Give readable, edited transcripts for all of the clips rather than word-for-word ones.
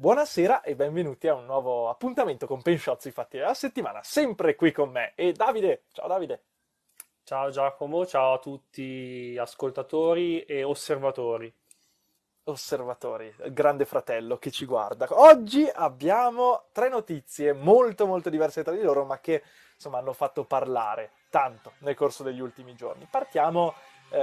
Buonasera e benvenuti a un nuovo appuntamento con Pensciozzi fatti della settimana, sempre qui con me e Davide. Ciao Davide. Ciao Giacomo, ciao a tutti ascoltatori e osservatori. Osservatori, il grande fratello che ci guarda. Oggi abbiamo tre notizie molto diverse tra di loro, ma che insomma hanno fatto parlare tanto nel corso degli ultimi giorni. Partiamo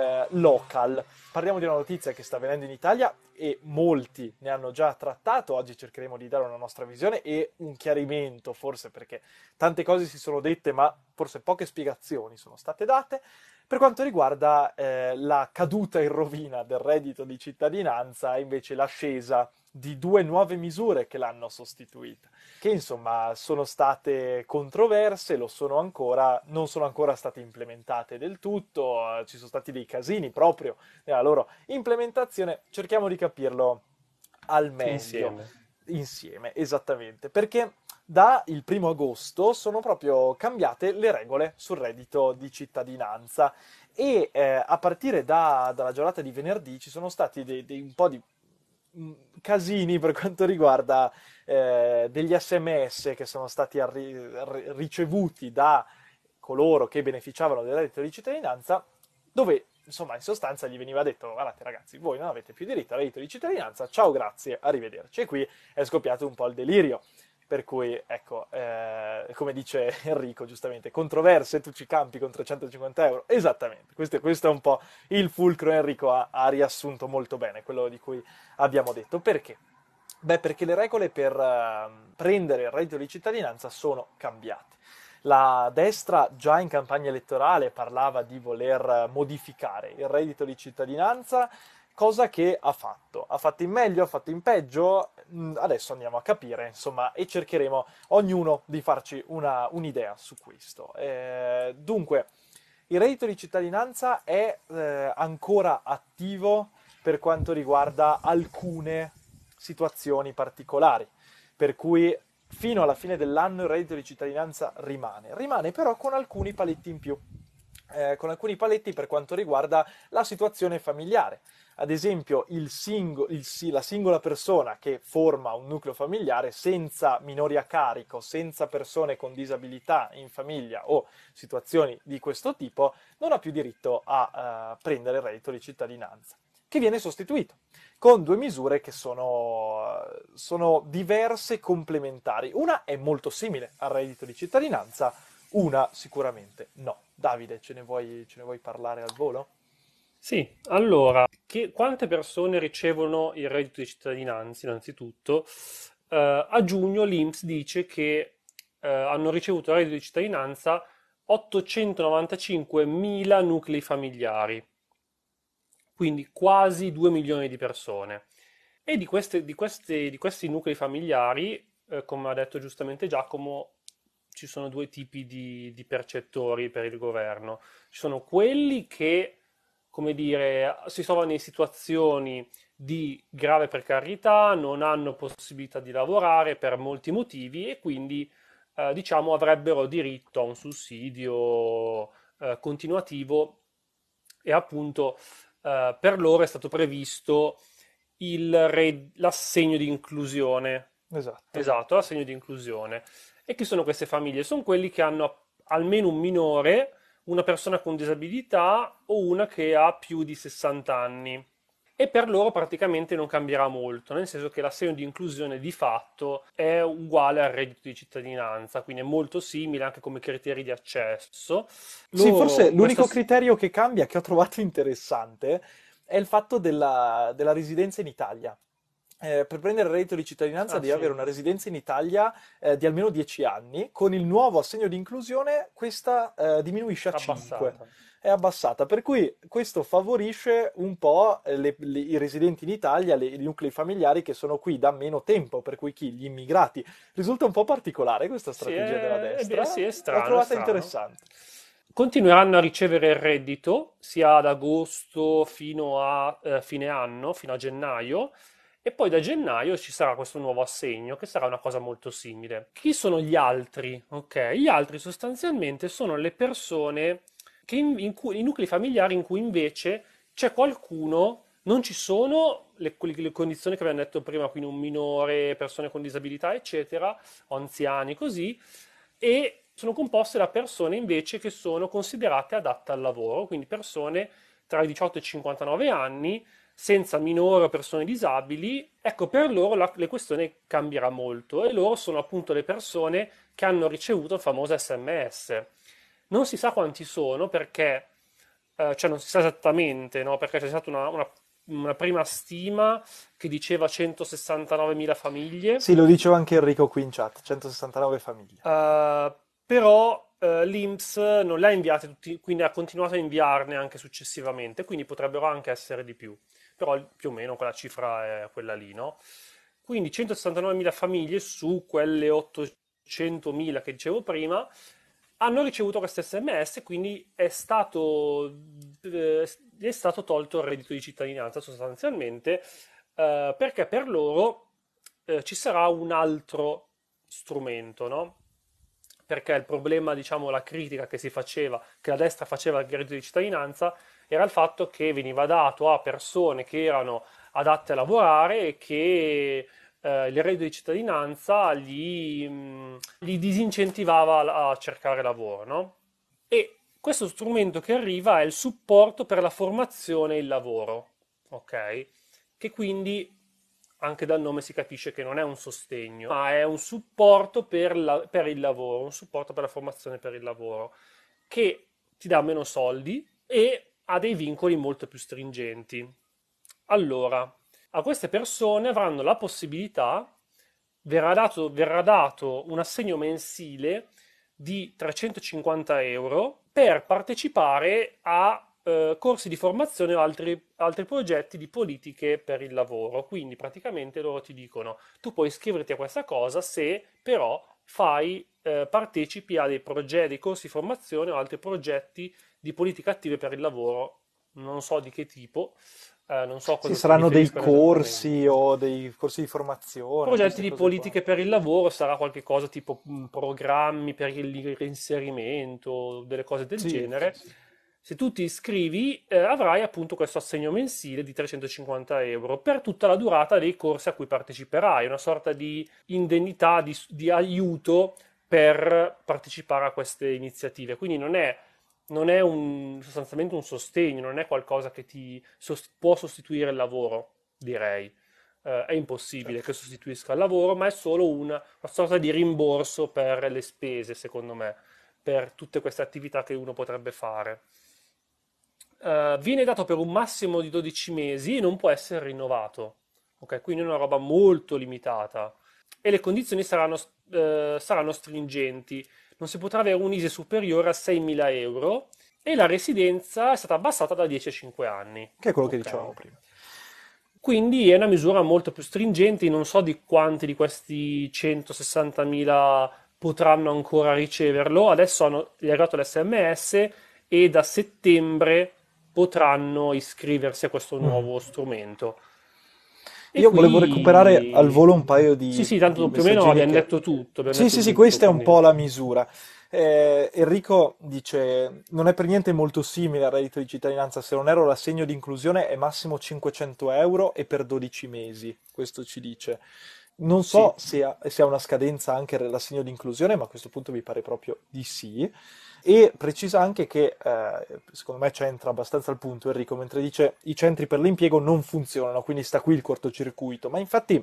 local. Parliamo di una notizia che sta avvenendo in Italia e molti ne hanno già trattato. Oggi cercheremo di dare una nostra visione e un chiarimento, forse perché tante cose si sono dette, ma forse poche spiegazioni sono state date. Per quanto riguarda la caduta in rovina del reddito di cittadinanza, invece l'ascesa di due nuove misure che l'hanno sostituita, che insomma sono state controverse, lo sono ancora, non sono ancora state implementate del tutto, ci sono stati dei casini proprio nella loro implementazione. Cerchiamo di capirlo al meglio Insieme. insieme, esattamente, perché da il primo agosto sono proprio cambiate le regole sul reddito di cittadinanza e a partire dalla giornata di venerdì ci sono stati un po' di casini per quanto riguarda degli SMS che sono stati ricevuti da coloro che beneficiavano del reddito di cittadinanza, dove insomma in sostanza gli veniva detto: guardate ragazzi, voi non avete più diritto al reddito di cittadinanza, ciao, grazie, arrivederci. E qui è scoppiato un po' il delirio. Per cui, ecco, come dice Enrico, giustamente, controverse, tu ci campi con 350 euro. Esattamente, questo è un po' il fulcro. Enrico ha riassunto molto bene quello di cui abbiamo detto. Perché? Beh, perché le regole per prendere il reddito di cittadinanza sono cambiate. La destra già in campagna elettorale parlava di voler modificare il reddito di cittadinanza, cosa che ha fatto. Ha fatto in meglio, ha fatto in peggio. Adesso andiamo a capire, insomma, e cercheremo ognuno di farci un'idea su questo. Dunque, il reddito di cittadinanza è ancora attivo per quanto riguarda alcune situazioni particolari, per cui fino alla fine dell'anno il reddito di cittadinanza rimane però con alcuni paletti in più, con alcuni paletti per quanto riguarda la situazione familiare. Ad esempio, la singola persona che forma un nucleo familiare senza minori a carico, senza persone con disabilità in famiglia o situazioni di questo tipo, non ha più diritto a prendere il reddito di cittadinanza, che viene sostituito con due misure che sono diverse e complementari. Una è molto simile al reddito di cittadinanza, una sicuramente no. Davide, ce ne vuoi parlare al volo? Sì, allora, quante persone ricevono il reddito di cittadinanza, innanzitutto? A giugno l'INPS dice che hanno ricevuto il reddito di cittadinanza 895.000 nuclei familiari, quindi quasi 2 milioni di persone. E di questi nuclei familiari, come ha detto giustamente Giacomo, ci sono due tipi di percettori per il governo. Ci sono quelli che, come dire, si trovano in situazioni di grave precarietà, non hanno possibilità di lavorare per molti motivi e quindi, diciamo, avrebbero diritto a un sussidio, continuativo e appunto per loro è stato previsto l'assegno di inclusione. Esatto. Esatto, l'assegno di inclusione. E chi sono queste famiglie? Sono quelli che hanno almeno un minore, una persona con disabilità o una che ha più di 60 anni. E per loro praticamente non cambierà molto, nel senso che l'assegno di inclusione di fatto è uguale al reddito di cittadinanza, quindi è molto simile anche come criteri di accesso. Sì, forse Loro, l'unico criterio che cambia, che ho trovato interessante, è il fatto della residenza in Italia. Per prendere il reddito di cittadinanza ah devi avere sì, una residenza in Italia di almeno 10 anni. Con il nuovo assegno di inclusione questa diminuisce a 5, abbassata. è abbassata. Per cui questo favorisce un po' i residenti in Italia, i nuclei familiari che sono qui da meno tempo, per cui chi? Gli immigrati. Risulta un po' particolare questa Sì, strategia della destra, sì, l'ho è trovata strano. interessante. Continueranno a ricevere il reddito sia ad agosto fino a fine anno, fino a gennaio, e poi da gennaio ci sarà questo nuovo assegno che sarà una cosa molto simile. Chi sono gli altri? Ok, gli altri sostanzialmente sono le persone i nuclei familiari in cui invece c'è qualcuno Non ci sono le condizioni che abbiamo detto prima, quindi un minore, persone con disabilità, eccetera, o anziani, così, e sono composte da persone invece che sono considerate adatte al lavoro, quindi persone tra i 18 e i 59 anni, senza minore o persone disabili. Ecco, per loro la questione cambierà molto e loro sono appunto le persone che hanno ricevuto il famoso SMS. Non si sa quanti sono perché, cioè non si sa esattamente, no? Perché c'è stata una prima stima che diceva 169.000 famiglie. Sì, lo diceva anche Enrico qui in chat, 169 famiglie. Però l'INPS non le ha inviate tutti, quindi ha continuato a inviarne anche successivamente, quindi potrebbero anche essere di più, però più o meno quella cifra è quella lì, no? Quindi 169.000 famiglie su quelle 800.000 che dicevo prima hanno ricevuto questo SMS, quindi gli è stato tolto il reddito di cittadinanza sostanzialmente, perché per loro ci sarà un altro strumento, no? Perché il problema, diciamo, la critica che si faceva, che la destra faceva al reddito di cittadinanza, era il fatto che veniva dato a persone che erano adatte a lavorare e che il reddito di cittadinanza gli disincentivava a cercare lavoro, no? E questo strumento che arriva è il supporto per la formazione e il lavoro, ok? Che quindi anche dal nome si capisce che non è un sostegno, ma è un supporto per il lavoro, un supporto per la formazione e per il lavoro, che ti dà meno soldi e ha dei vincoli molto più stringenti. Allora, a queste persone avranno la possibilità, verrà dato un assegno mensile di 350 euro per partecipare a corsi di formazione o altri progetti di politiche per il lavoro. Quindi praticamente loro ti dicono, tu puoi iscriverti a questa cosa se però partecipi a dei progetti, dei corsi di formazione o altri progetti di politiche attive per il lavoro, non so di che tipo, non so a Sì, cosa si saranno dei riferiscono esattamente. corsi o dei corsi di formazione, Progetti queste di cose qua. politiche per il lavoro sarà qualche cosa tipo programmi per il reinserimento, delle cose del Sì, sì, genere. sì. Se tu ti iscrivi, avrai appunto questo assegno mensile di 350 euro per tutta la durata dei corsi a cui parteciperai, una sorta di indennità, di aiuto per partecipare a queste iniziative. Quindi non è sostanzialmente un sostegno, non è qualcosa che può sostituire il lavoro, direi. È impossibile che Certo. sostituisca il lavoro, ma è solo una sorta di rimborso per le spese, secondo me, per tutte queste attività che uno potrebbe fare. Viene dato per un massimo di 12 mesi e non può essere rinnovato. Ok, quindi è una roba molto limitata. E le condizioni saranno stringenti. Non si potrà avere un ISEE superiore a 6.000 euro e la residenza è stata abbassata da 10 a 5 anni. Che è quello che Ok. dicevamo prima. Quindi è una misura molto più stringente, non so di quanti di questi 160.000 potranno ancora riceverlo. Adesso gli è arrivato l'SMS e da settembre potranno iscriversi a questo Mm. nuovo strumento. E Io volevo recuperare al qui... volo un paio Sì, sì, di tanto più o meno messaggini che... abbiamo Sì, detto sì, sì, tutto, questa è un quindi... po' la misura. Enrico dice, non è per niente molto simile al reddito di cittadinanza, se non erro l'assegno di inclusione è massimo 500 euro e per 12 mesi, questo ci dice. Non so Sì, se ha una scadenza anche l'assegno di inclusione, ma a questo punto mi pare proprio di sì. E precisa anche che, secondo me c'entra abbastanza al punto Enrico, mentre dice i centri per l'impiego non funzionano, quindi sta qui il cortocircuito. Ma infatti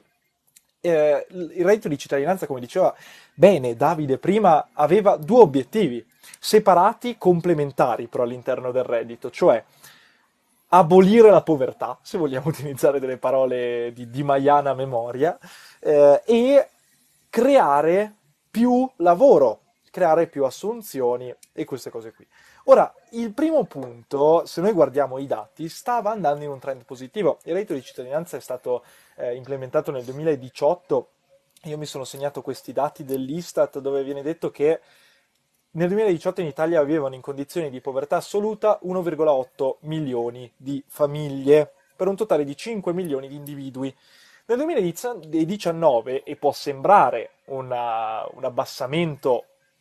il reddito di cittadinanza, come diceva bene Davide prima, aveva due obiettivi, separati, complementari però all'interno del reddito, cioè abolire la povertà, se vogliamo utilizzare delle parole di Maiana memoria, e creare più lavoro, creare più assunzioni e queste cose qui. Ora, il primo punto, se noi guardiamo i dati, stava andando in un trend positivo. Il reddito di cittadinanza è stato implementato nel 2018. Io mi sono segnato questi dati dell'Istat dove viene detto che nel 2018 in Italia vivevano in condizioni di povertà assoluta 1,8 milioni di famiglie, per un totale di 5 milioni di individui. Nel 2019, e può sembrare un abbassamento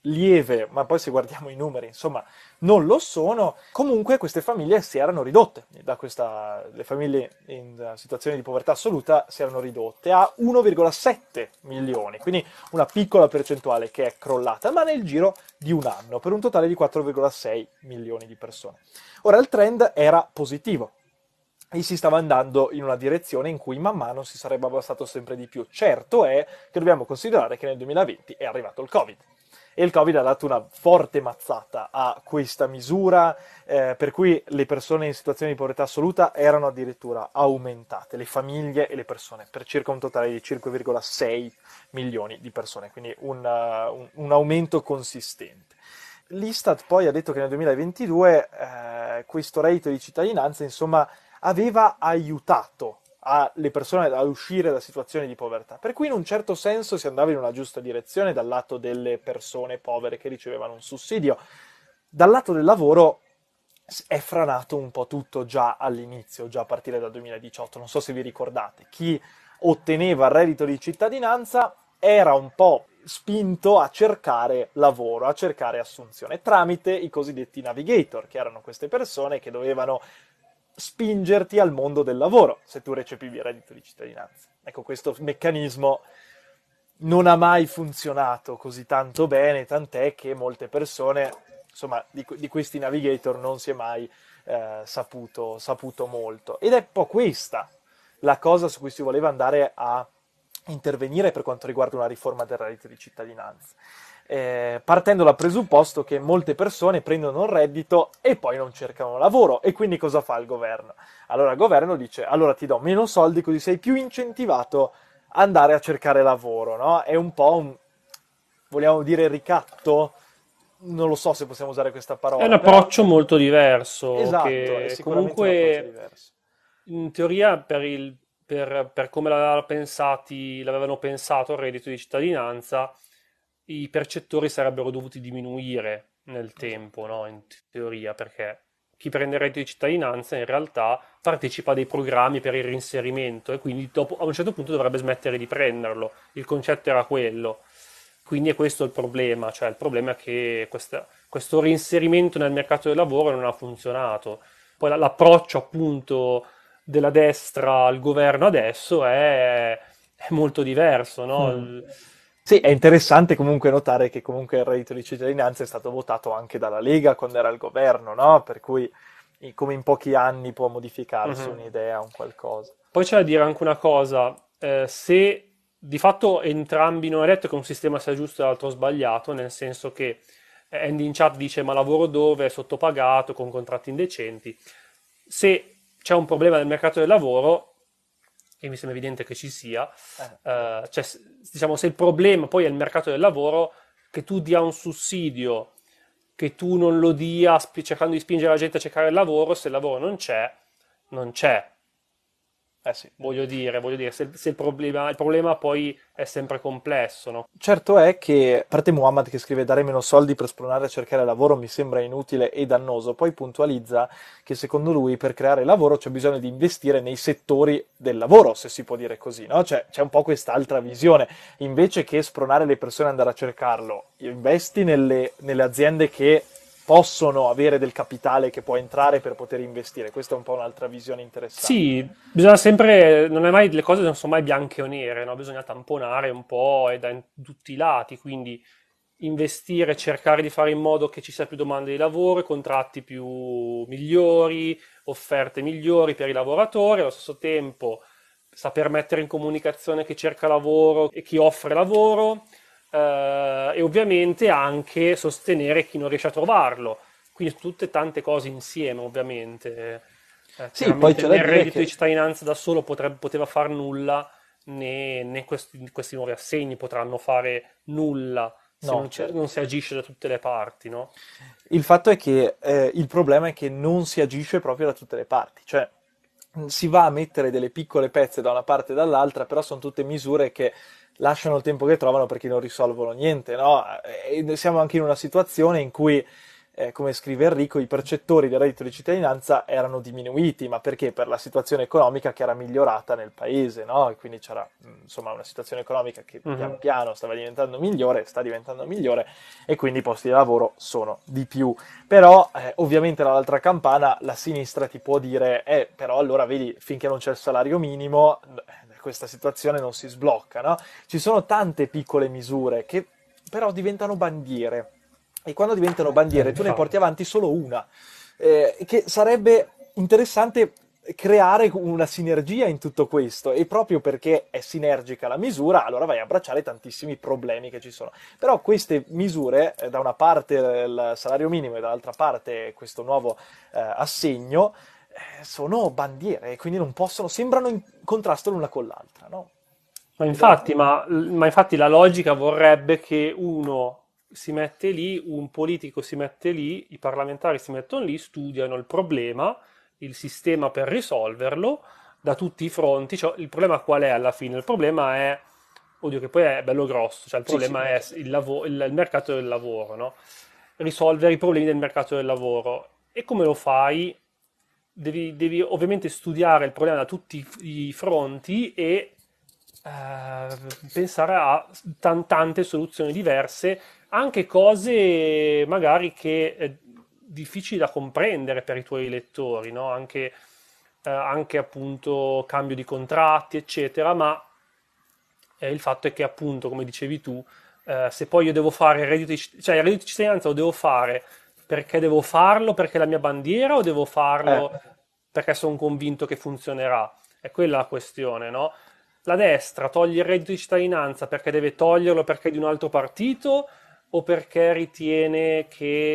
lieve, ma poi se guardiamo i numeri, insomma, non lo sono. Comunque queste famiglie si erano ridotte, le famiglie in situazione di povertà assoluta si erano ridotte a 1,7 milioni, quindi una piccola percentuale che è crollata, ma nel giro di un anno, per un totale di 4,6 milioni di persone. Ora il trend era positivo e si stava andando in una direzione in cui man mano si sarebbe abbassato sempre di più. Certo è che dobbiamo considerare che nel 2020 è arrivato il Covid. E il Covid ha dato una forte mazzata a questa misura, per cui le persone in situazione di povertà assoluta erano addirittura aumentate, le famiglie e le persone, per circa un totale di 5,6 milioni di persone, quindi un aumento consistente. L'Istat poi ha detto che nel 2022 questo reddito di cittadinanza, insomma, aveva aiutato le persone ad uscire da situazioni di povertà. Per cui in un certo senso si andava in una giusta direzione dal lato delle persone povere che ricevevano un sussidio. Dal lato del lavoro è franato un po' tutto già all'inizio, già a partire dal 2018. Non so se vi ricordate. Chi otteneva il reddito di cittadinanza era un po' spinto a cercare lavoro, a cercare assunzione, tramite i cosiddetti navigator, che erano queste persone che dovevano spingerti al mondo del lavoro se tu recepivi il reddito di cittadinanza. Ecco, questo meccanismo non ha mai funzionato così tanto bene, tant'è che molte persone, insomma, di questi navigator non si è mai saputo molto. Ed è un po' questa la cosa su cui si voleva andare a intervenire per quanto riguarda una riforma del reddito di cittadinanza. Partendo dal presupposto che molte persone prendono un reddito e poi non cercano lavoro, e quindi cosa fa il governo? Allora il governo dice: allora ti do meno soldi così sei più incentivato ad andare a cercare lavoro, no? È un po' vogliamo dire ricatto? Non lo so se possiamo usare questa È un parola, però approccio molto diverso esatto, è che sicuramente un approccio comunque diverso. in teoria per come l'avevano pensato il reddito di cittadinanza, i percettori sarebbero dovuti diminuire nel Esatto. tempo, no? In teoria, perché chi prende il reddito di cittadinanza in realtà partecipa a dei programmi per il reinserimento e quindi dopo, a un certo punto dovrebbe smettere di prenderlo. Il concetto era quello. Quindi è questo il problema, cioè il problema è che questo reinserimento nel mercato del lavoro non ha funzionato. Poi l'approccio appunto della destra al governo adesso è molto diverso, no? Mm. Sì, è interessante comunque notare che comunque il reddito di cittadinanza è stato votato anche dalla Lega quando era al governo, no? Per cui come in pochi anni può modificarsi Mhm. un'idea, un qualcosa. Poi c'è da dire anche una cosa, se di fatto entrambi non è detto che un sistema sia giusto e l'altro sbagliato, nel senso che Andy in chat dice ma lavoro dove, è sottopagato, con contratti indecenti. Se c'è un problema nel mercato del lavoro, e mi sembra evidente che ci sia, cioè, diciamo, se il problema poi è il mercato del lavoro, che tu dia un sussidio, che tu non lo dia cercando di spingere la gente a cercare il lavoro, se il lavoro non c'è, non c'è. Eh sì. Voglio dire, se il problema poi è sempre complesso, no? Certo è che, a parte Muhammad che scrive dare meno soldi per spronare a cercare lavoro mi sembra inutile e dannoso, poi puntualizza che secondo lui per creare lavoro c'è bisogno di investire nei settori del lavoro, se si può dire così, no? Cioè, c'è un po' quest'altra visione, invece che spronare le persone ad andare a cercarlo, investi nelle aziende che possono avere del capitale che può entrare per poter investire, questa è un po' un'altra visione interessante. Sì, bisogna sempre, non è mai, le cose non sono mai bianche o nere, no? Bisogna tamponare un po' e da tutti i lati, quindi investire, cercare di fare in modo che ci sia più domanda di lavoro, contratti più migliori, offerte migliori per i lavoratori, allo stesso tempo saper mettere in comunicazione chi cerca lavoro e chi offre lavoro, e ovviamente anche sostenere chi non riesce a trovarlo. Quindi tutte tante cose insieme, ovviamente. Sì, poi Chiaramente c'è da né il dire reddito di che cittadinanza da solo poteva far nulla, né questi nuovi assegni potranno fare nulla se no, non certo. si agisce da tutte le parti, no? Il fatto è che il problema è che non si agisce proprio da tutte le parti, cioè si va a mettere delle piccole pezze da una parte e dall'altra, però sono tutte misure che lasciano il tempo che trovano perché non risolvono niente, no? E siamo anche in una situazione in cui come scrive Enrico, i percettori del reddito di cittadinanza erano diminuiti, ma perché? Per la situazione economica che era migliorata nel paese, no? E quindi c'era insomma una situazione economica che pian Mhm. piano stava diventando migliore, sta diventando migliore e quindi i posti di lavoro sono di più. Però ovviamente dall'altra campana la sinistra ti può dire, però allora vedi, finché non c'è il salario minimo, questa situazione non si sblocca, no? Ci sono tante piccole misure che però diventano bandiere. E quando diventano bandiere tu ne porti Infatti. avanti solo una. Che sarebbe interessante creare una sinergia in tutto questo e proprio perché è sinergica la misura, allora vai a abbracciare tantissimi problemi che ci sono. Però queste misure, da una parte il salario minimo e dall'altra parte questo nuovo assegno, sono bandiere e quindi non possono, sembrano in contrasto l'una con l'altra, no? Ed è un po'. Ma infatti la logica vorrebbe che uno si mette lì, un politico si mette lì, i parlamentari si mettono lì, studiano il problema, il sistema per risolverlo da tutti i fronti. Cioè, il problema qual è alla fine? Il problema è, oddio che poi è bello grosso, cioè il Sì, sì, problema è il mercato del lavoro, no? Risolvere i problemi del mercato del lavoro. E come lo fai? Devi ovviamente studiare il problema da tutti i fronti e pensare a tante soluzioni diverse, anche cose magari che difficili da comprendere per i tuoi lettori, no? Anche appunto cambio di contratti, eccetera, ma il fatto è che appunto, come dicevi tu, se poi io devo fare cioè il reddito di cittadinanza lo devo fare perché devo farlo, perché è la mia bandiera, o devo Eh, farlo perché sono convinto che funzionerà? È quella la questione, no? La destra toglie il reddito di cittadinanza perché deve toglierlo perché è di un altro partito o perché ritiene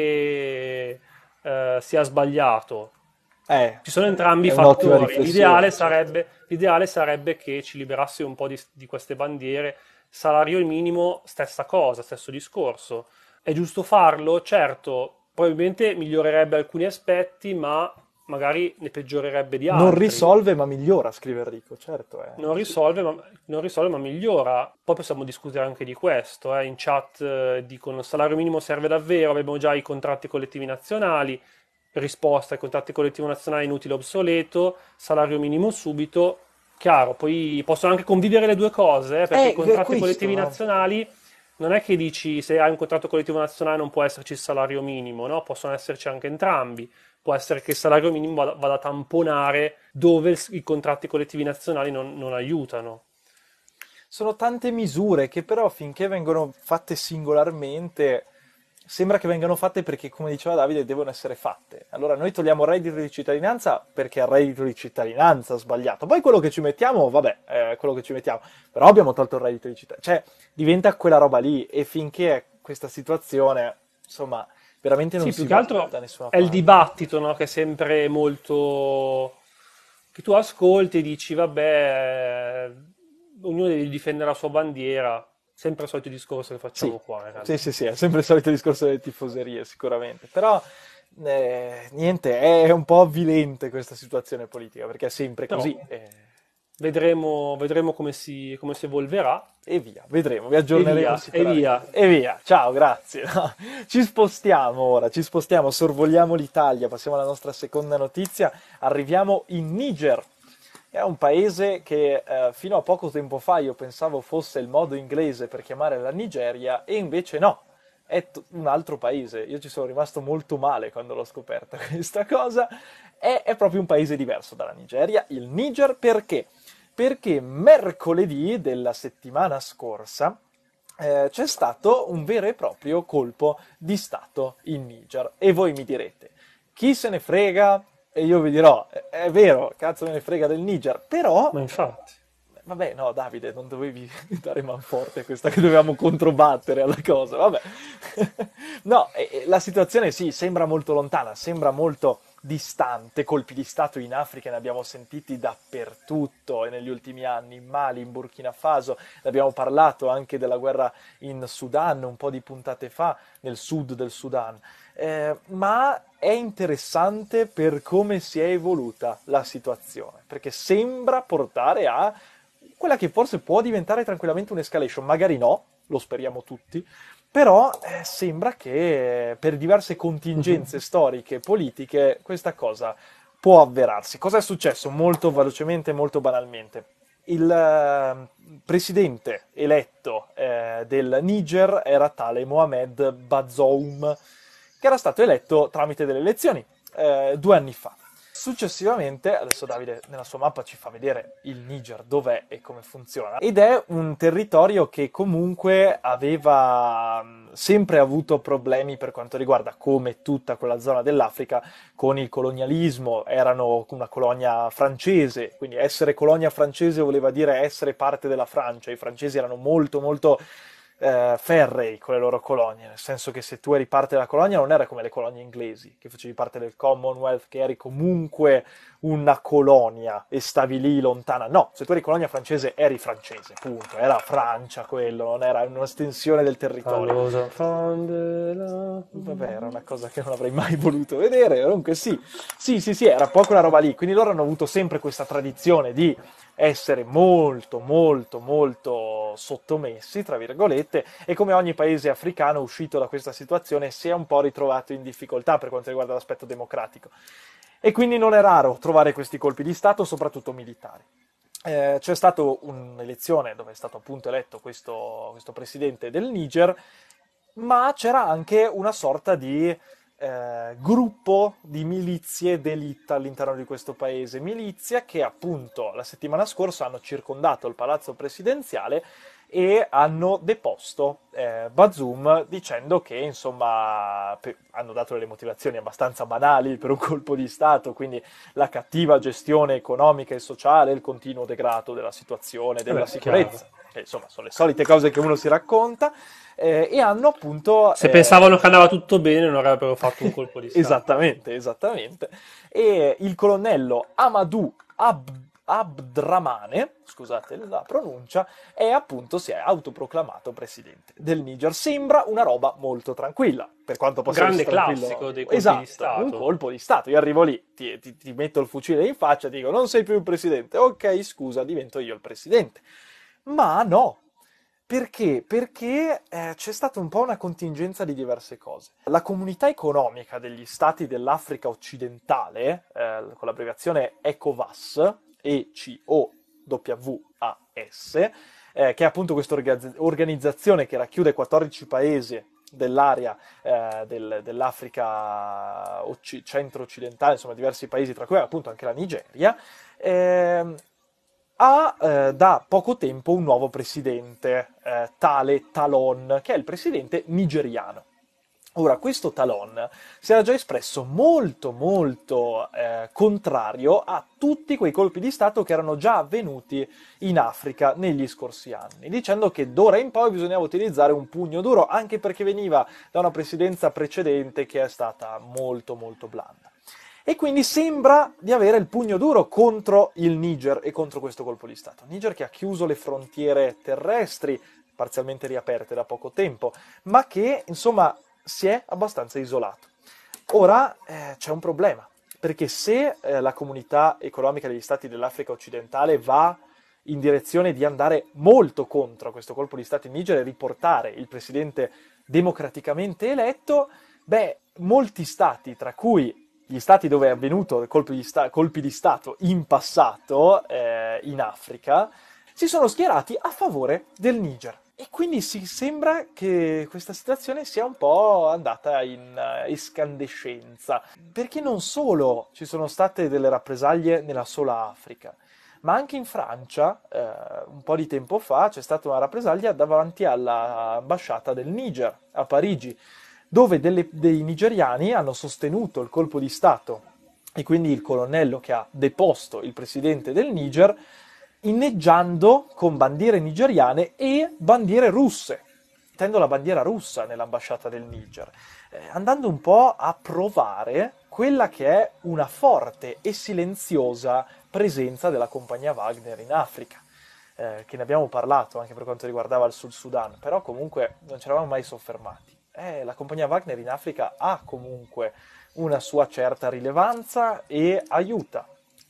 che sia sbagliato? Ci sono entrambi è i un'ottima fattori. riflessione, certo. L'ideale sarebbe che ci liberassimo un po' di queste bandiere. Salario minimo, stessa cosa, stesso discorso. È giusto farlo? Certo, probabilmente migliorerebbe alcuni aspetti, ma magari ne peggiorerebbe di Non altri. risolve ma migliora, scrive Enrico, certo, Non sì. risolve, non risolve, ma migliora. Poi possiamo discutere anche di questo. In chat dicono il salario minimo serve davvero, abbiamo già i contratti collettivi nazionali, risposta ai contratti collettivi nazionali inutile e obsoleto, salario minimo subito. Chiaro, poi possono anche convivere le due cose, perché i È contratti questo, collettivi no? nazionali non è che dici se hai un contratto collettivo nazionale non può esserci il salario minimo, no? Possono esserci anche entrambi. Può essere che il salario minimo vada a tamponare dove i contratti collettivi nazionali non aiutano. Sono tante misure che però finché vengono fatte singolarmente, sembra che vengano fatte perché, come diceva Davide, devono essere fatte. Allora noi togliamo il reddito di cittadinanza perché è il reddito di cittadinanza sbagliato. Poi quello che ci mettiamo, vabbè, è quello che ci mettiamo. Però abbiamo tolto il reddito di cittadinanza. Cioè, diventa quella roba lì e finché è questa situazione, insomma, veramente non Sì, più si che va altro da nessuna è il parte. dibattito, no? Che è sempre molto... che tu ascolti e dici, vabbè, ognuno deve difendere la sua bandiera. Sempre il solito discorso che Sì, facciamo qua, in sì, realtà. sì, sì, è sempre il solito discorso delle tifoserie, sicuramente. Però, niente, è un po' avvilente questa situazione politica, perché è sempre Però così. vedremo come si evolverà E via, vedremo, vi aggiorneremo e via. sicuramente. E via, ciao, grazie. No, ci spostiamo ora, ci spostiamo, sorvoliamo l'Italia, passiamo alla nostra seconda notizia, arriviamo in Niger. È un paese che fino a poco tempo fa io pensavo fosse il modo inglese per chiamare la Nigeria e invece no, è un altro paese. Io ci sono rimasto molto male quando l'ho scoperta questa cosa. È proprio un paese diverso dalla Nigeria, il Niger perché? Perché mercoledì della settimana scorsa c'è stato un vero e proprio colpo di Stato in Niger. E voi mi direte, chi se ne frega? E io vi dirò, è vero, cazzo me ne frega del Niger, però Ma infatti. vabbè, no, Davide, non dovevi dare manforte a questa che dovevamo controbattere alla cosa, vabbè. No, la situazione sì, sembra molto lontana, sembra molto distante, colpi di Stato in Africa ne abbiamo sentiti dappertutto e negli ultimi anni, in Mali, in Burkina Faso, ne abbiamo parlato anche della guerra in Sudan un po' di puntate fa, nel sud del Sudan. Ma è interessante per come si è evoluta la situazione, perché sembra portare a quella che forse può diventare tranquillamente un'escalation, magari no, lo speriamo tutti, Però sembra che per diverse contingenze storiche e politiche questa cosa può avverarsi. Cosa è successo? Molto velocemente, molto banalmente. Il presidente eletto del Niger era tale Mohamed Bazoum, che era stato eletto tramite delle elezioni 2 anni fa. Successivamente, adesso Davide nella sua mappa ci fa vedere il Niger dov'è e come funziona, ed è un territorio che comunque aveva sempre avuto problemi per quanto riguarda, come tutta quella zona dell'Africa, con il colonialismo. Erano una colonia francese, quindi essere colonia francese voleva dire essere parte della Francia. I francesi erano molto molto ferrei con le loro colonie, nel senso che se tu eri parte della colonia non era come le colonie inglesi, che facevi parte del Commonwealth, che eri comunque una colonia e stavi lì lontana. No, se tu eri colonia francese eri francese, punto. Era Francia quello, non era un'estensione del territorio. Famosa Vabbè, era una cosa che non avrei mai voluto vedere. Comunque sì, era proprio una roba lì. Quindi loro hanno avuto sempre questa tradizione di essere molto, molto, molto sottomessi, tra virgolette, e come ogni paese africano uscito da questa situazione si è un po' ritrovato in difficoltà per quanto riguarda l'aspetto democratico. E quindi non è raro trovare questi colpi di Stato, soprattutto militari. C'è stata un'elezione dove è stato appunto eletto questo presidente del Niger, ma c'era anche una sorta di gruppo di milizie d'élite all'interno di questo paese, milizie che appunto la settimana scorsa hanno circondato il palazzo presidenziale e hanno deposto Bazoum dicendo che insomma hanno dato delle motivazioni abbastanza banali per un colpo di Stato, quindi la cattiva gestione economica e sociale, il continuo degrado della situazione, della chiaro. sicurezza, che insomma sono le solite cose che uno si racconta, e hanno appunto Se pensavano che andava tutto bene, non avrebbero fatto un colpo di stato. esattamente. E il colonnello Amadou Abdrahmane, scusate la pronuncia, si è autoproclamato presidente del Niger. Sembra una roba molto tranquilla, per quanto possa Grande essere tranquillo. classico dei colpi di Esatto, un stato. colpo di Stato. Io arrivo lì, ti metto il fucile in faccia, ti dico non sei più il presidente. Ok, scusa, divento io il presidente. Ma no, perché? Perché c'è stata un po' una contingenza di diverse cose. La comunità economica degli stati dell'Africa occidentale, con l'abbreviazione ECOWAS, ECOWAS, che è appunto questa organizzazione che racchiude 14 paesi dell'area dell'Africa centro-occidentale, insomma diversi paesi, tra cui appunto anche la Nigeria, ha da poco tempo un nuovo presidente, tale Talon, che è il presidente nigeriano. Ora, questo Talon si era già espresso molto, molto contrario a tutti quei colpi di Stato che erano già avvenuti in Africa negli scorsi anni, dicendo che d'ora in poi bisognava utilizzare un pugno duro, anche perché veniva da una presidenza precedente che è stata molto, molto blanda. E quindi sembra di avere il pugno duro contro il Niger e contro questo colpo di Stato. Niger che ha chiuso le frontiere terrestri, parzialmente riaperte da poco tempo, ma che, insomma, si è abbastanza isolato. Ora c'è un problema, perché se la comunità economica degli stati dell'Africa occidentale va in direzione di andare molto contro questo colpo di Stato in Niger e riportare il presidente democraticamente eletto, molti stati, tra cui gli stati dove è avvenuto colpi di Stato in passato, in Africa, si sono schierati a favore del Niger. E quindi si sembra che questa situazione sia un po' andata in escandescenza, perché non solo ci sono state delle rappresaglie nella sola Africa, ma anche in Francia, un po' di tempo fa, c'è stata una rappresaglia davanti all'ambasciata del Niger a Parigi, dove dei nigeriani hanno sostenuto il colpo di Stato e quindi il colonnello che ha deposto il presidente del Niger, inneggiando con bandiere nigeriane e bandiere russe, mettendo la bandiera russa nell'ambasciata del Niger, andando un po' a provare quella che è una forte e silenziosa presenza della compagnia Wagner in Africa. Che ne abbiamo parlato anche per quanto riguardava il Sud Sudan, però comunque non ci eravamo mai soffermati. La compagnia Wagner in Africa ha comunque una sua certa rilevanza e aiuta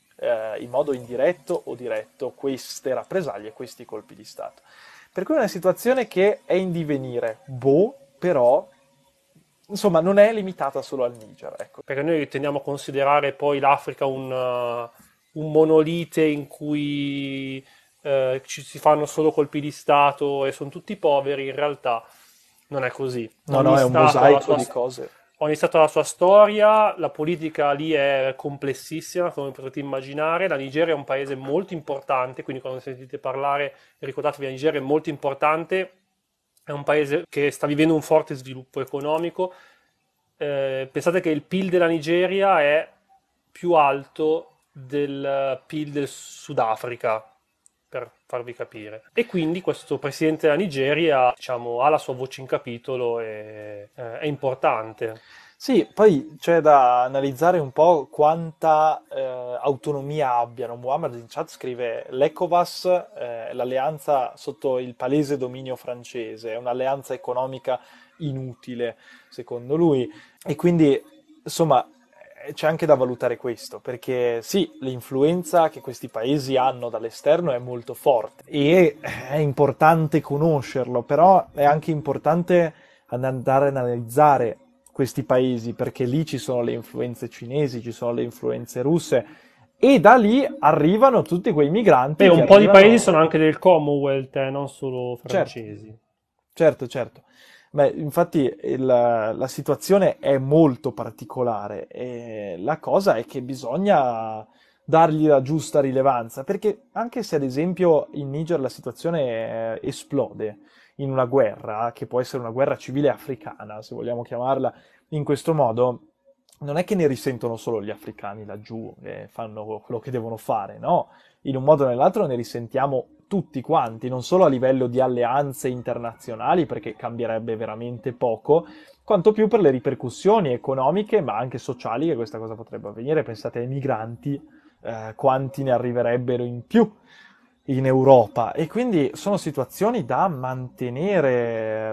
in modo indiretto o diretto queste rappresaglie, questi colpi di Stato. Per cui è una situazione che è in divenire. però insomma non è limitata solo al Niger, ecco. Perché noi tendiamo a considerare poi l'Africa un monolite in cui ci si fanno solo colpi di Stato e sono tutti poveri, in realtà non è così. No, no, è un mosaico di cose. Ogni stato ha la sua storia, la politica lì è complessissima, come potete immaginare. La Nigeria è un paese molto importante, quindi quando sentite parlare ricordatevi la Nigeria è molto importante, è un paese che sta vivendo un forte sviluppo economico. Pensate che il PIL della Nigeria è più alto del PIL del Sudafrica, per farvi capire. E quindi questo presidente della Nigeria, diciamo, ha la sua voce in capitolo e è importante. Sì, poi c'è da analizzare un po' quanta autonomia abbiano. Muhammad in chat scrive: l'ECOWAS, l'alleanza sotto il palese dominio francese, è un'alleanza economica inutile, secondo lui. E quindi, insomma, c'è anche da valutare questo, perché sì, l'influenza che questi paesi hanno dall'esterno è molto forte e è importante conoscerlo, però è anche importante andare ad analizzare questi paesi, perché lì ci sono le influenze cinesi, ci sono le influenze russe, e da lì arrivano tutti quei migranti Beh, che un po' di arrivano... paesi sono anche del Commonwealth, non solo Certo, francesi. certo, certo. Beh, infatti la situazione è molto particolare e la cosa è che bisogna dargli la giusta rilevanza, perché anche se ad esempio in Niger la situazione esplode in una guerra, che può essere una guerra civile africana, se vogliamo chiamarla in questo modo, non è che ne risentono solo gli africani laggiù, che fanno quello che devono fare, no? In un modo o nell'altro ne risentiamo tutti quanti, non solo a livello di alleanze internazionali, perché cambierebbe veramente poco, quanto più per le ripercussioni economiche, ma anche sociali che questa cosa potrebbe avvenire. Pensate ai migranti, quanti ne arriverebbero in più in Europa, e quindi sono situazioni da mantenere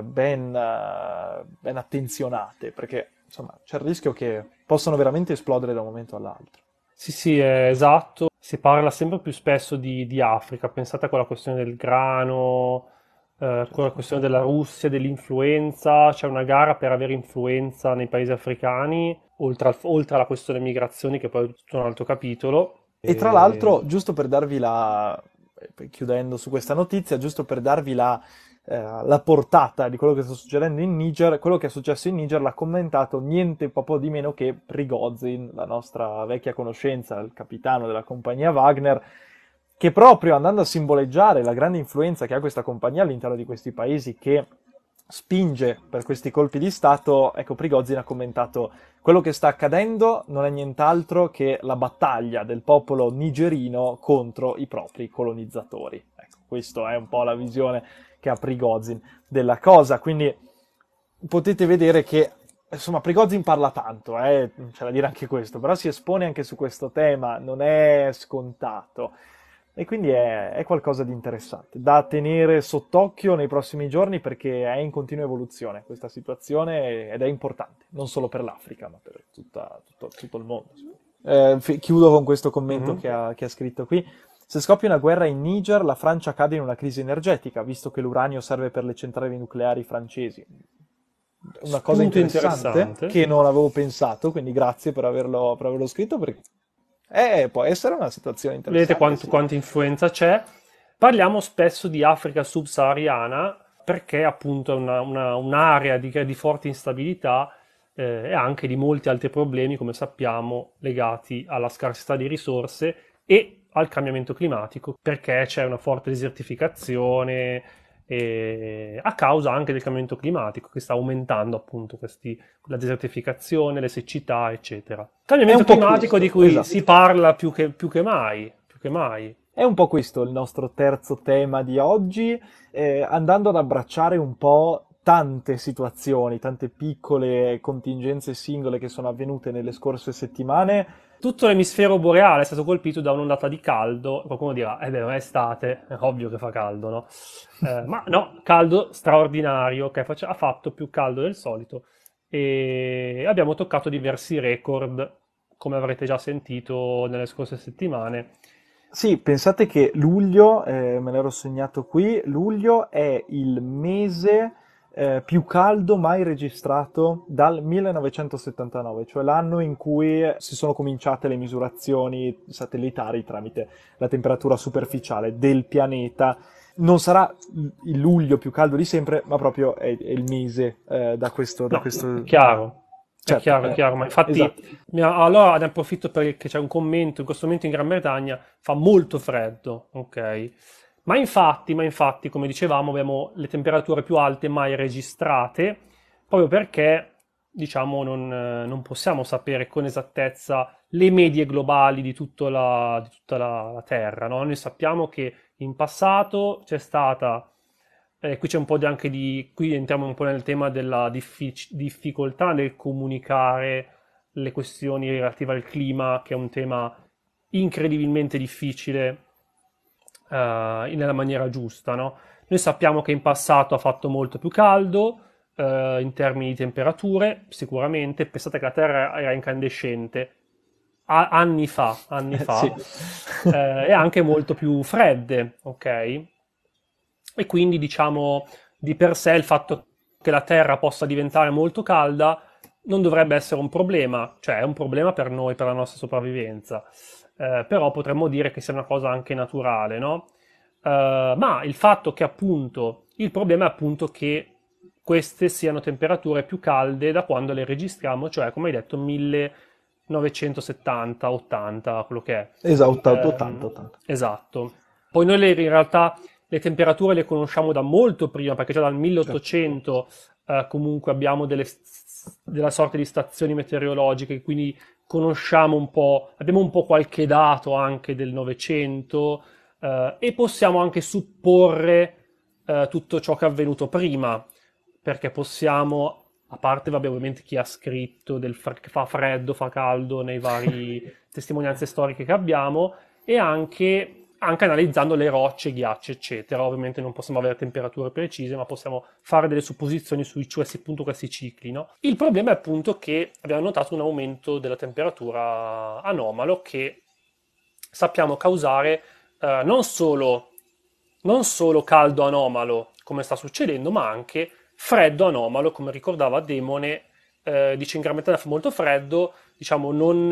ben attenzionate, perché insomma c'è il rischio che possano veramente esplodere da un momento all'altro. Sì, sì, è esatto. Si parla sempre più spesso di Africa. Pensate a quella questione del grano, quella questione della Russia, dell'influenza. C'è una gara per avere influenza nei paesi africani, oltre alla questione migrazioni, che poi è tutto un altro capitolo. E tra l'altro, giusto per darvi chiudendo su questa notizia, giusto per darvi la portata di quello che sta succedendo in Niger, quello che è successo in Niger l'ha commentato niente proprio di meno che Prigozhin, la nostra vecchia conoscenza, il capitano della compagnia Wagner, che proprio andando a simboleggiare la grande influenza che ha questa compagnia all'interno di questi paesi, che spinge per questi colpi di Stato, ecco, Prigozhin ha commentato: quello che sta accadendo non è nient'altro che la battaglia del popolo nigerino contro i propri colonizzatori. Ecco, questa è un po' la visione che ha Prigozhin della cosa, quindi potete vedere che insomma Prigozhin parla tanto, c'è da dire anche questo, però si espone anche su questo tema, non è scontato. E quindi è qualcosa di interessante, da tenere sott'occhio nei prossimi giorni, perché è in continua evoluzione questa situazione ed è importante, non solo per l'Africa, ma per tutto il mondo. Chiudo con questo commento Mhm. che ha scritto qui. Se scoppia una guerra in Niger, la Francia cade in una crisi energetica, visto che l'uranio serve per le centrali nucleari francesi. Una cosa Spunto interessante interessante. che non avevo pensato, quindi grazie per averlo scritto, perché può essere una situazione Vedete interessante, sì. quanta influenza c'è. Parliamo spesso di Africa subsahariana perché appunto è un'area di forte instabilità e anche di molti altri problemi, come sappiamo, legati alla scarsità di risorse e al cambiamento climatico, perché c'è una forte desertificazione a causa anche del cambiamento climatico che sta aumentando appunto la desertificazione, le siccità, eccetera. È Cambiamento un po' climatico di questo, cui si esatto. parla più che mai, più che mai. È un po' questo il nostro terzo tema di oggi, andando ad abbracciare un po' tante situazioni, tante piccole contingenze singole che sono avvenute nelle scorse settimane. Tutto l'emisfero boreale è stato colpito da un'ondata di caldo. Qualcuno dirà, eh beh, non è estate, è ovvio che fa caldo, no? Ma no, caldo straordinario, che ha fatto più caldo del solito e abbiamo toccato diversi record, come avrete già sentito nelle scorse settimane. Sì, pensate che luglio, me l'ero segnato qui, luglio è il mese più caldo mai registrato dal 1979, cioè l'anno in cui si sono cominciate le misurazioni satellitari tramite la temperatura superficiale del pianeta. Non sarà il luglio più caldo di sempre, ma proprio è il mese da No, è questo... chiaro, Certo, è chiaro, ma infatti esatto. allora ne approfitto perché c'è un commento, in questo momento in Gran Bretagna fa molto freddo, ok? Ma infatti, come dicevamo, abbiamo le temperature più alte mai registrate, proprio perché, diciamo, non possiamo sapere con esattezza le medie globali di tutta la Terra, no? Noi sappiamo che in passato c'è stata qui c'è un po' anche di, qui entriamo un po' nel tema della difficoltà nel comunicare le questioni relative al clima, che è un tema incredibilmente difficile nella maniera giusta, no? Noi sappiamo che in passato ha fatto molto più caldo in termini di temperature, sicuramente. Pensate che la Terra era incandescente anni Sì. fa e anche molto più fredde, ok? E quindi diciamo di per sé il fatto che la Terra possa diventare molto calda non dovrebbe essere un problema, cioè è un problema per noi, per la nostra sopravvivenza. Però potremmo dire che sia una cosa anche naturale, no? Ma il fatto che appunto, il problema è appunto che queste siano temperature più calde da quando le registriamo, cioè come hai detto 1970, 80, quello che è. Esatto, 80, 80. Esatto. Poi noi in realtà le temperature le conosciamo da molto prima, perché già dal Certo. 1800 comunque abbiamo della sorta di stazioni meteorologiche, quindi conosciamo un po', abbiamo un po' qualche dato anche del Novecento e possiamo anche supporre tutto ciò che è avvenuto prima, perché possiamo, a parte vabbè, ovviamente chi ha scritto che fa freddo, fa caldo nei vari testimonianze storiche che abbiamo, e anche analizzando le rocce, i ghiacci, eccetera. Ovviamente non possiamo avere temperature precise, ma possiamo fare delle supposizioni su questi, appunto, questi cicli, no? Il problema è appunto che abbiamo notato un aumento della temperatura anomalo che sappiamo causare non solo caldo anomalo, come sta succedendo, ma anche freddo anomalo, come ricordava Demone, dice in Gran Bretagna fa molto freddo, diciamo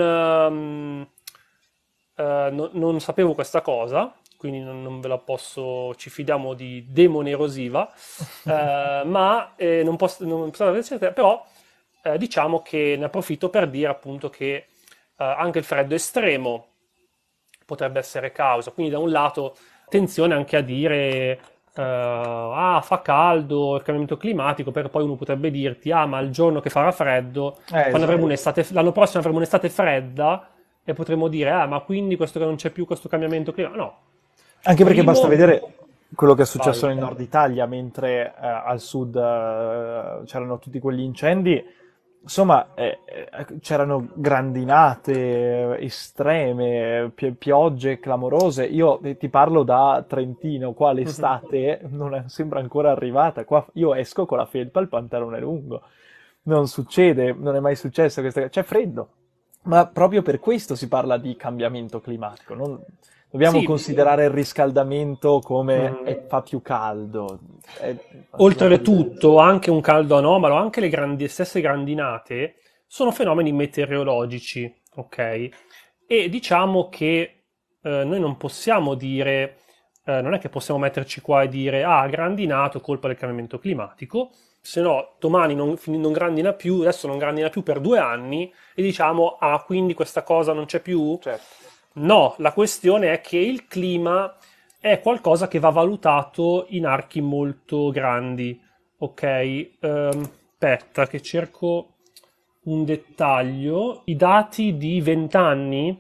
non sapevo questa cosa, quindi non ve la posso, ci fidiamo di Demone Erosiva, ma non posso avere certezza, però diciamo che ne approfitto per dire appunto che anche il freddo estremo potrebbe essere causa. Quindi da un lato attenzione anche a dire fa caldo, il cambiamento climatico, perché poi uno potrebbe dirti ma il giorno che farà freddo, quando avremo Esatto. un'estate, l'anno prossimo avremo un'estate fredda e potremo dire ma quindi questo che non c'è più questo cambiamento climatico. No. Anche perché basta Primo, vedere quello che è vai. successo nel nord Italia, mentre al sud c'erano tutti quegli incendi. Insomma, c'erano grandinate estreme, piogge clamorose. Io ti parlo da Trentino, qua Mhm. l'estate sembra ancora arrivata. Qua io esco con la felpa e il pantalone lungo. Non succede, non è mai successo questa cosa. C'è freddo. Ma proprio per questo si parla di cambiamento climatico. Non dobbiamo Sì, considerare il riscaldamento come mhm. fa più caldo. È molto diverso. Oltretutto, anche un caldo anomalo, anche stesse grandinate sono fenomeni meteorologici, ok? E diciamo che noi non possiamo dire, non è che possiamo metterci qua e dire, grandinato, colpa del cambiamento climatico, se no domani non grandina più, adesso non grandina più per 2 anni e diciamo, quindi questa cosa non c'è più? Certo. No, la questione è che il clima è qualcosa che va valutato in archi molto grandi, ok? Aspetta, che cerco un dettaglio. I dati di 20 anni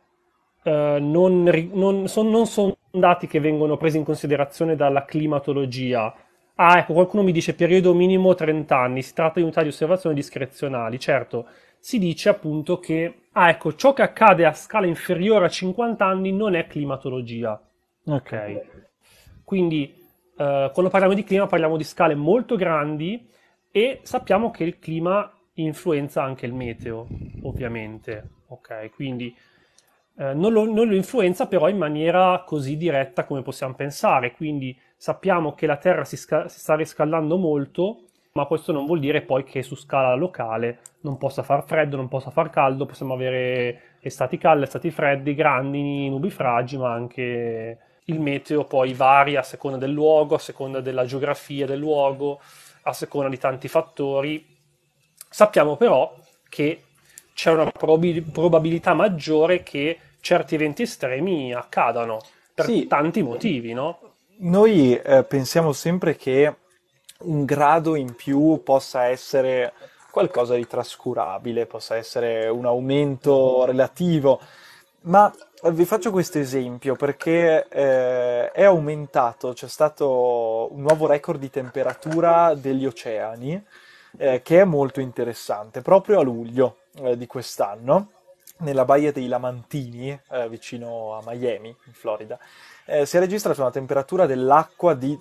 non sono dati che vengono presi in considerazione dalla climatologia. Ecco, qualcuno mi dice periodo minimo 30 anni, si tratta di unità di osservazione discrezionali. Certo, si dice appunto che, ecco, ciò che accade a scala inferiore a 50 anni non è climatologia. Ok. Ok? Quindi, quando parliamo di clima parliamo di scale molto grandi e sappiamo che il clima influenza anche il meteo, ovviamente. Ok? Quindi non lo influenza però in maniera così diretta come possiamo pensare. Quindi sappiamo che la Terra si sta riscaldando molto ma questo non vuol dire poi che su scala locale non possa far freddo, non possa far caldo, possiamo avere estati calde, estati freddi, grandini, nubifragi, ma anche il meteo poi varia a seconda del luogo, a seconda della geografia del luogo, a seconda di tanti fattori. Sappiamo però che c'è una probabilità maggiore che certi eventi estremi accadano per Sì, tanti motivi, no? noi pensiamo sempre che un grado in più possa essere qualcosa di trascurabile, possa essere un aumento relativo, ma vi faccio questo esempio perché è aumentato, c'è stato un nuovo record di temperatura degli oceani, che è molto interessante, proprio a luglio di quest'anno, nella baia dei Lamantini, vicino a Miami, in Florida. Si è registrata una temperatura dell'acqua di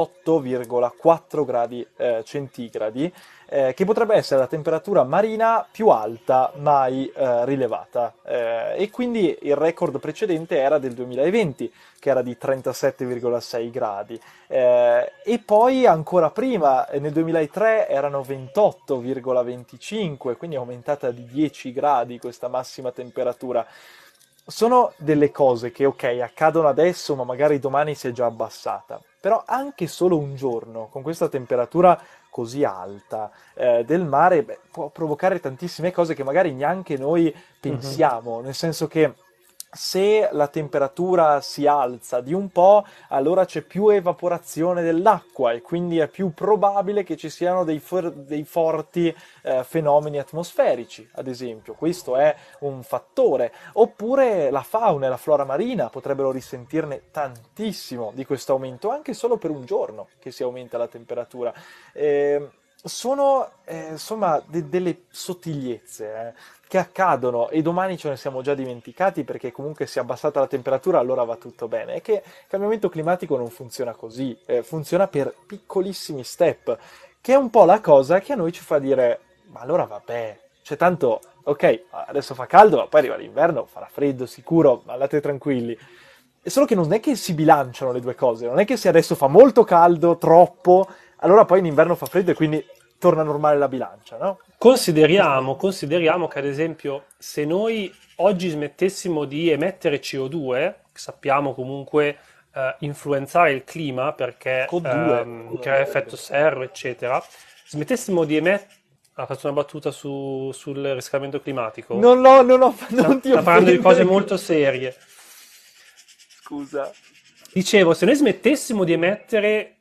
38,4 gradi centigradi, che potrebbe essere la temperatura marina più alta mai rilevata. E quindi il record precedente era del 2020, che era di 37,6 gradi. E poi ancora prima, nel 2003 erano 28,25, quindi è aumentata di 10 gradi questa massima temperatura. Sono delle cose che, ok, accadono adesso, ma magari domani si è già abbassata. Però anche solo un giorno, con questa temperatura così alta del mare, beh, può provocare tantissime cose che magari neanche noi Mhm. pensiamo, nel senso che se la temperatura si alza di un po', allora c'è più evaporazione dell'acqua e quindi è più probabile che ci siano dei forti fenomeni atmosferici, ad esempio. Questo è un fattore. Oppure la fauna e la flora marina potrebbero risentirne tantissimo di questo aumento, anche solo per un giorno che si aumenta la temperatura. Sono insomma delle sottigliezze che accadono e domani ce ne siamo già dimenticati perché comunque si è abbassata la temperatura, allora va tutto bene. È che il cambiamento climatico non funziona così, funziona per piccolissimi step, che è un po' la cosa che a noi ci fa dire, ma allora vabbè, cioè tanto, ok, adesso fa caldo, ma poi arriva l'inverno, farà freddo sicuro, ma andate tranquilli. È solo che non è che si bilanciano le due cose, non è che se adesso fa molto caldo, troppo, allora poi in inverno fa freddo e quindi torna normale la bilancia, no? Consideriamo che ad esempio se noi oggi smettessimo di emettere CO2, che sappiamo comunque influenzare il clima perché Con due. crea effetto serra, eccetera, smettessimo di emettere... Ha fatto una battuta sul riscaldamento climatico? Non ti Sta parlando di cose offendere. molto serie. Scusa. Dicevo, se noi smettessimo di emettere,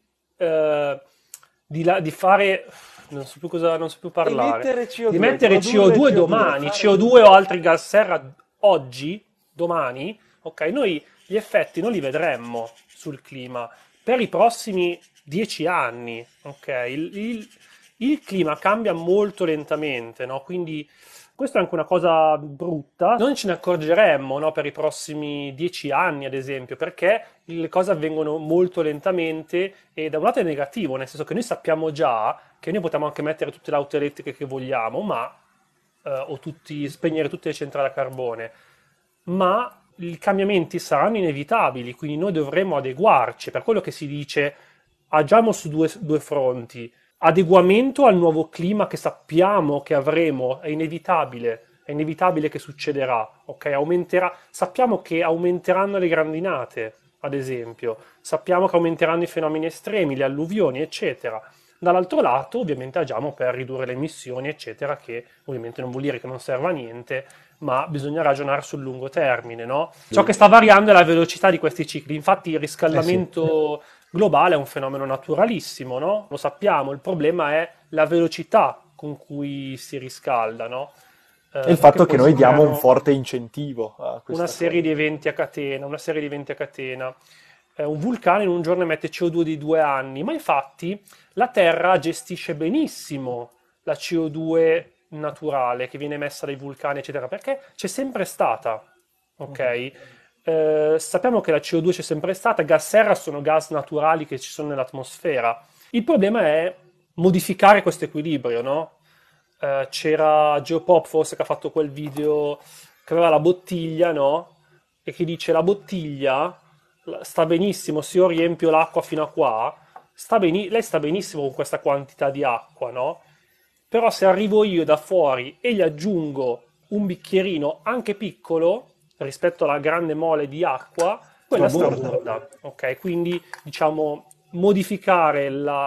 di fare, non so più parlare, Emettere di CO2, emettere produrre CO2 CO2, domani, fare... CO2 o altri gas serra oggi, domani, ok, noi gli effetti non li vedremmo sul clima per i prossimi 10 anni, ok? Il clima cambia molto lentamente, no? Quindi questa è anche una cosa brutta. Non ce ne accorgeremmo, no, per i prossimi 10 anni, ad esempio, perché le cose avvengono molto lentamente e da un lato è negativo, nel senso che noi sappiamo già che noi potremmo anche mettere tutte le auto elettriche che vogliamo, ma spegnere tutte le centrali a carbone, ma i cambiamenti saranno inevitabili, quindi noi dovremo adeguarci. Per quello che si dice, agiamo su due fronti. Adeguamento al nuovo clima che sappiamo che avremo, è inevitabile che succederà, ok? Sappiamo che aumenteranno le grandinate, ad esempio, sappiamo che aumenteranno i fenomeni estremi, le alluvioni, eccetera. Dall'altro lato, ovviamente, agiamo per ridurre le emissioni, eccetera, che ovviamente non vuol dire che non serva a niente, ma bisogna ragionare sul lungo termine, no? Ciò che sta variando è la velocità di questi cicli. Infatti, il Eh sì. riscaldamento globale è un fenomeno naturalissimo, no? Lo sappiamo, il problema è la velocità con cui si riscalda, no? E il Perché fatto che poi si noi diamo un creano forte incentivo a una questa serie cosa. di eventi a catena, una serie di eventi a catena. Un vulcano in un giorno emette CO2 di 2 anni, ma infatti la Terra gestisce benissimo la CO2 naturale che viene emessa dai vulcani, eccetera, perché c'è sempre stata, Mhm. ok? Sappiamo che la CO2 c'è sempre stata, gas serra sono gas naturali che ci sono nell'atmosfera. Il problema è modificare questo equilibrio, no? C'era Geopop forse che ha fatto quel video che aveva la bottiglia, no? E che dice la bottiglia sta benissimo se io riempio l'acqua fino a qua, lei sta benissimo con questa quantità di acqua, no? Però se arrivo io da fuori e gli aggiungo un bicchierino anche piccolo rispetto alla grande mole di acqua, quella Traborda. straborda, ok? Quindi, diciamo, modificare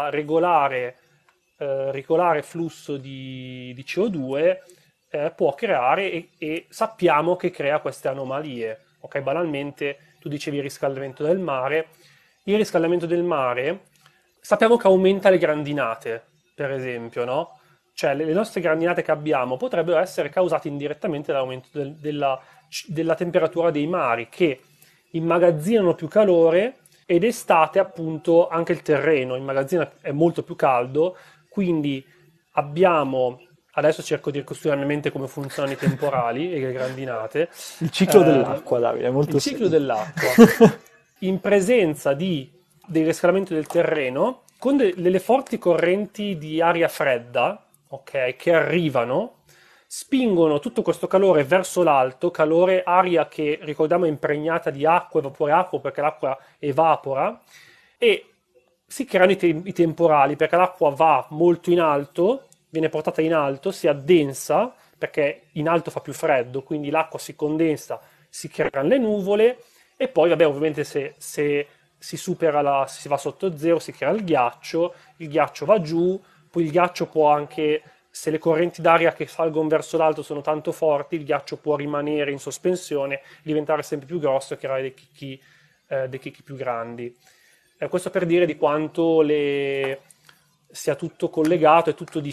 regolare flusso di CO2 può creare e sappiamo che crea queste anomalie. Ok, banalmente, tu dicevi il riscaldamento del mare. Il riscaldamento del mare sappiamo che aumenta le grandinate, per esempio, no? Cioè, le nostre grandinate che abbiamo potrebbero essere causate indirettamente dall'aumento della temperatura dei mari, che immagazzinano più calore ed d'estate, appunto, anche il terreno è molto più caldo, quindi abbiamo. Adesso cerco di ricostruire nella mente come funzionano i temporali e le grandinate. Il ciclo Eh, dell'acqua, Davide, è il molto ciclo semplice. dell'acqua. In presenza del riscaldamento del terreno, con delle forti correnti di aria fredda, ok, che arrivano, spingono tutto questo calore verso l'alto, calore, aria che ricordiamo è impregnata di acqua e vapore acqua perché l'acqua evapora, e si creano i temporali perché l'acqua va molto in alto, viene portata in alto, si addensa perché in alto fa più freddo, quindi l'acqua si condensa, si creano le nuvole e poi, vabbè, ovviamente se se si va sotto zero, si crea il ghiaccio va giù, poi il ghiaccio può anche, se le correnti d'aria che salgono verso l'alto sono tanto forti, il ghiaccio può rimanere in sospensione, diventare sempre più grosso e creare dei chicchi più grandi. Questo per dire di quanto sia tutto collegato, è tutto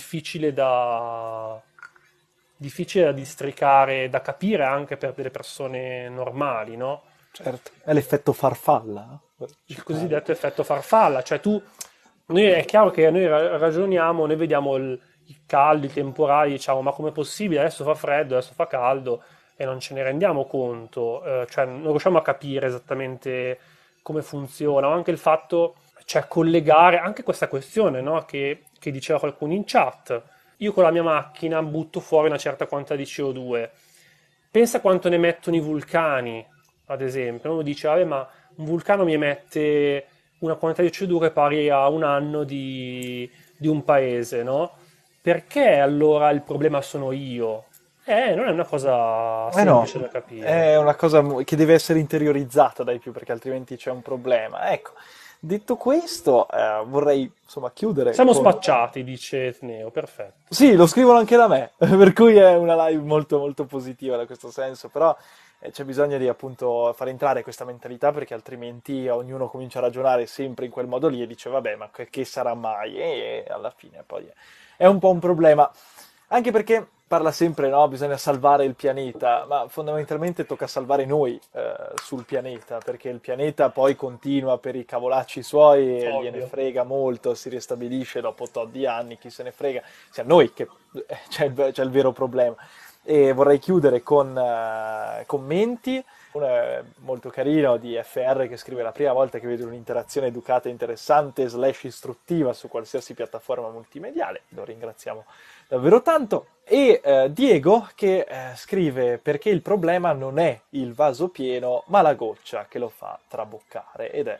difficile da districare, da capire anche per delle persone normali, no? Certo, è l'effetto farfalla. Per Il citare. cosiddetto effetto farfalla, cioè noi è chiaro che noi ragioniamo, noi vediamo il caldo, i temporali, diciamo, ma com'è possibile? Adesso fa freddo, adesso fa caldo e non ce ne rendiamo conto, cioè non riusciamo a capire esattamente come funziona, o anche il fatto, cioè collegare anche questa questione, no? Che diceva qualcuno in chat. Io con la mia macchina butto fuori una certa quantità di CO2. Pensa quanto ne emettono i vulcani, ad esempio. Uno dice, vabbè, ma un vulcano mi emette una quantità di CO2 pari a un anno di un paese, no? Perché allora il problema sono io? Non è una cosa Eh no, semplice da capire. è una cosa che deve essere interiorizzata dai più, perché altrimenti c'è un problema. Ecco, detto questo, vorrei insomma chiudere Siamo con. spacciati, dice Neo, perfetto. Sì, lo scrivono anche da me, per cui è una live molto molto positiva da questo senso, però c'è bisogno di appunto far entrare questa mentalità perché altrimenti ognuno comincia a ragionare sempre in quel modo lì e dice vabbè, ma che sarà mai? E alla fine poi è un po' un problema, anche perché parla sempre, no, bisogna salvare il pianeta, ma fondamentalmente tocca salvare noi sul pianeta, perché il pianeta poi continua per i cavolacci suoi e gliene Ovvio. frega molto, si ristabilisce dopo tot di anni, chi se ne frega, sia noi che c'è il vero problema. E vorrei chiudere con commenti. Uno è molto carino di FR che scrive: la prima volta che vedo un'interazione educata, interessante, slash istruttiva su qualsiasi piattaforma multimediale. Lo ringraziamo davvero tanto. E Diego che scrive: perché il problema non è il vaso pieno, ma la goccia che lo fa traboccare. Ed è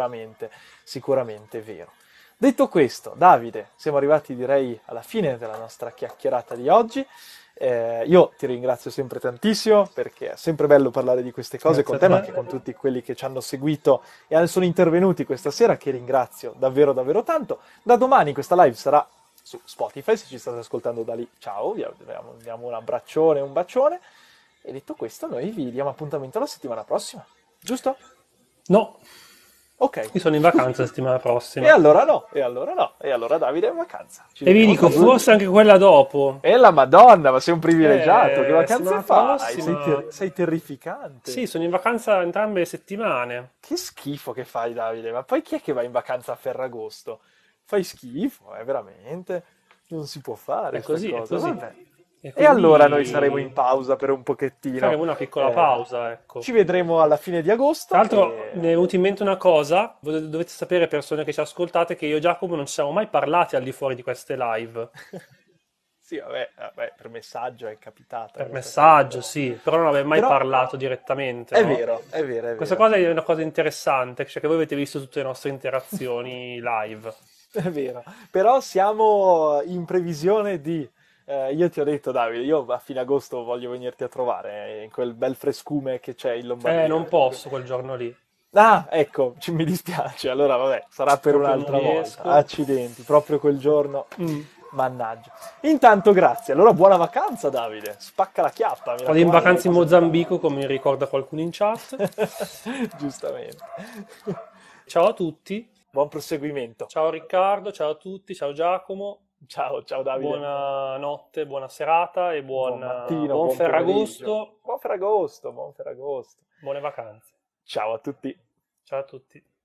sicuramente vero. Detto questo, Davide, siamo arrivati direi alla fine della nostra chiacchierata di oggi. Io ti ringrazio sempre tantissimo perché è sempre bello parlare di queste cose Grazie con a te, ma anche con te. tutti quelli che ci hanno seguito e sono intervenuti questa sera, che ringrazio davvero davvero tanto. Da domani questa live sarà su Spotify, se ci state ascoltando da lì, ciao, diamo un abbraccione, un bacione. E detto questo, noi vi diamo appuntamento la settimana prossima, giusto? No, Ok. io sono in vacanza la settimana E prossima. allora no, e allora no, e allora Davide è in vacanza. Ci E vi vediamo tra dico, 2 forse anche quella dopo. E la Madonna, ma sei un privilegiato, che vacanze Settimana fai? prossima. Sei terrificante. Sì, sono in vacanza entrambe le settimane. Che schifo che fai, Davide, ma poi chi è che va in vacanza a Ferragosto? Fai schifo, veramente? Non si può fare È sta così, è cosa, così. vabbè. E E allora noi saremo in quindi pausa per un pochettino. faremo una piccola Eh, pausa, ecco. Ci vedremo alla fine di Tra agosto l'altro, e. mi è venuta in mente una cosa, dovete sapere, persone che ci ascoltate, che io e Giacomo non ci siamo mai parlati al di fuori di queste live. Sì, vabbè, per messaggio è capitata Per questa cosa, messaggio, sì, però non avevo mai però parlato direttamente, è no? vero, è vero, è Questa vero. cosa è una cosa interessante, cioè che voi avete visto tutte le nostre interazioni live. È vero, però siamo in previsione di... io ti ho detto, Davide, io a fine agosto voglio venirti a trovare in quel bel frescume che c'è in Lombardia. Non posso quel giorno lì, Ah, ecco, mi dispiace. Allora, vabbè, sarà per proprio non un'altra volta. riesco. Accidenti, proprio quel giorno. Mm. Mannaggia. Intanto, grazie. Allora, buona vacanza, Davide. Spacca la chiappa, mi Vado in raccomando. vacanza in Mozambico, come mi ricorda qualcuno in chat. Giustamente. Ciao a tutti, Buon proseguimento. ciao Riccardo, ciao a tutti, ciao Giacomo, Ciao, ciao Davide. buona notte, buona serata e Buon mattino, buon buon pomeriggio. Ferragosto, Buon Ferragosto, buon Ferragosto. buone vacanze. Ciao a tutti. Ciao a tutti.